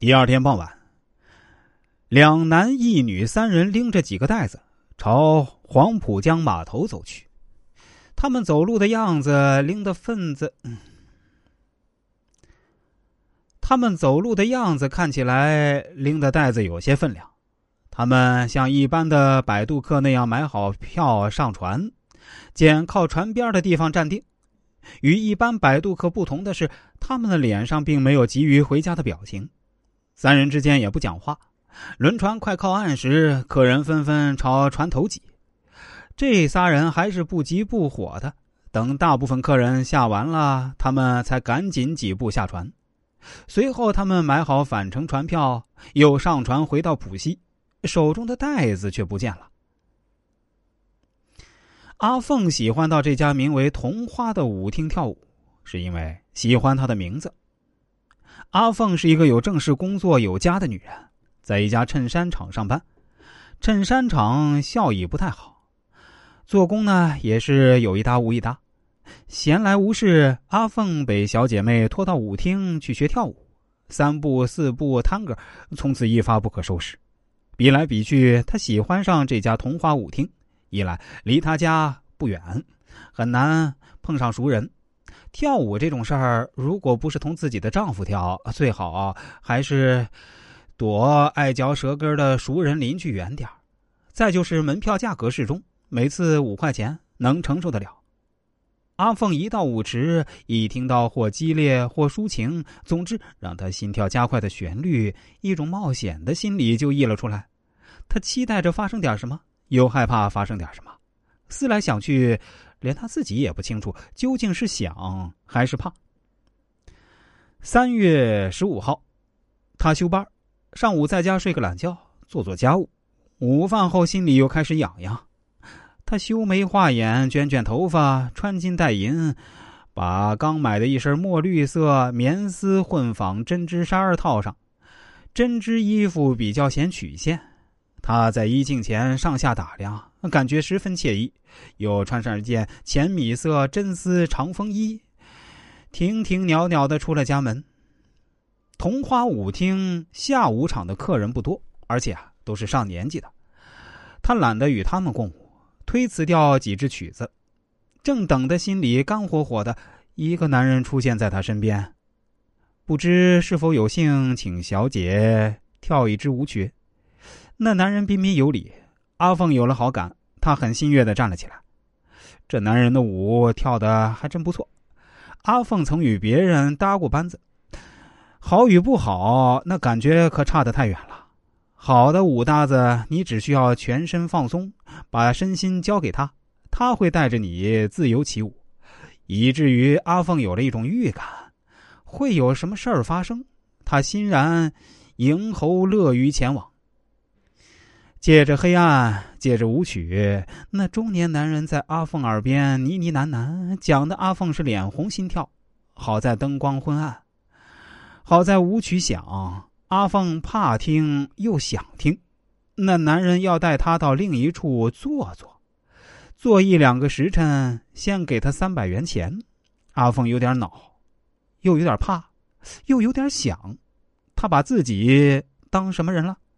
第二天傍晚，两男一女三人拎着几个袋子朝黄浦江码头走去。他们走路的样子看起来拎的袋子有些分量。他们像一般的摆渡客那样买好票上船，捡靠船边的地方站定。与一般摆渡客不同的是，他们的脸上并没有急于回家的表情。三人之间也不讲话。轮船快靠岸时，客人纷纷朝船头挤。这仨人还是不急不火的，等大部分客人下完了，他们才赶紧几步下船。随后他们买好返程船票，又上船回到浦西，手中的袋子却不见了。阿凤喜欢到这家名为桐花的舞厅跳舞，是因为喜欢它的名字。阿凤是一个有正式工作有家的女人，在一家衬衫厂上班。衬衫厂效益不太好，做工呢也是有一搭无一搭。闲来无事，阿凤被小姐妹拖到舞厅去学跳舞，3步4步探戈，从此一发不可收拾。比来比去，她喜欢上这家桐花舞厅，一来离她家不远，很难碰上熟人。跳舞这种事儿，如果不是同自己的丈夫跳，最好还是躲爱嚼舌根的熟人邻居远点。再就是门票价格适中，每次5块钱，能承受得了。阿凤一到舞池，一听到或激烈或抒情，总之让她心跳加快的旋律，一种冒险的心理就溢了出来。她期待着发生点什么，又害怕发生点什么，思来想去，连她自己也不清楚究竟是想还是怕。3月15号，她休班，上午在家睡个懒觉，做做家务。午饭后心里又开始痒痒。他修眉画眼，卷卷头发，穿金戴银，把刚买的一身墨绿色棉丝混纺针织纱套上。针织衣服比较显曲线，他在衣镜前上下打量，感觉十分惬意。又穿上一件浅米色真丝长风衣，袅袅袅袅地出了家门。桐花舞厅下午场的客人不多，而且都是上年纪的。他懒得与他们共舞，推辞掉几支曲子。正等的心里干火火的，一个男人出现在他身边。不知是否有幸请小姐跳一支舞曲？那男人彬彬有礼，阿凤有了好感，他很欣悦地站了起来。这男人的舞跳得还真不错。阿凤曾与别人搭过班子，好与不好，那感觉可差得太远了。好的舞搭子，你只需要全身放松，把身心交给他，他会带着你自由起舞，以至于阿凤有了一种预感，会有什么事儿发生。他欣然迎候，乐于前往。借着黑暗，借着舞曲，那中年男人在阿凤耳边呢呢喃喃，讲的阿凤是脸红心跳。好在灯光昏暗，好在舞曲响，阿凤怕听又想听。那男人要带她到另一处坐1-2个时辰，先给她300元钱。阿凤有点恼，又有点怕，又有点想，她把自己当什么人了？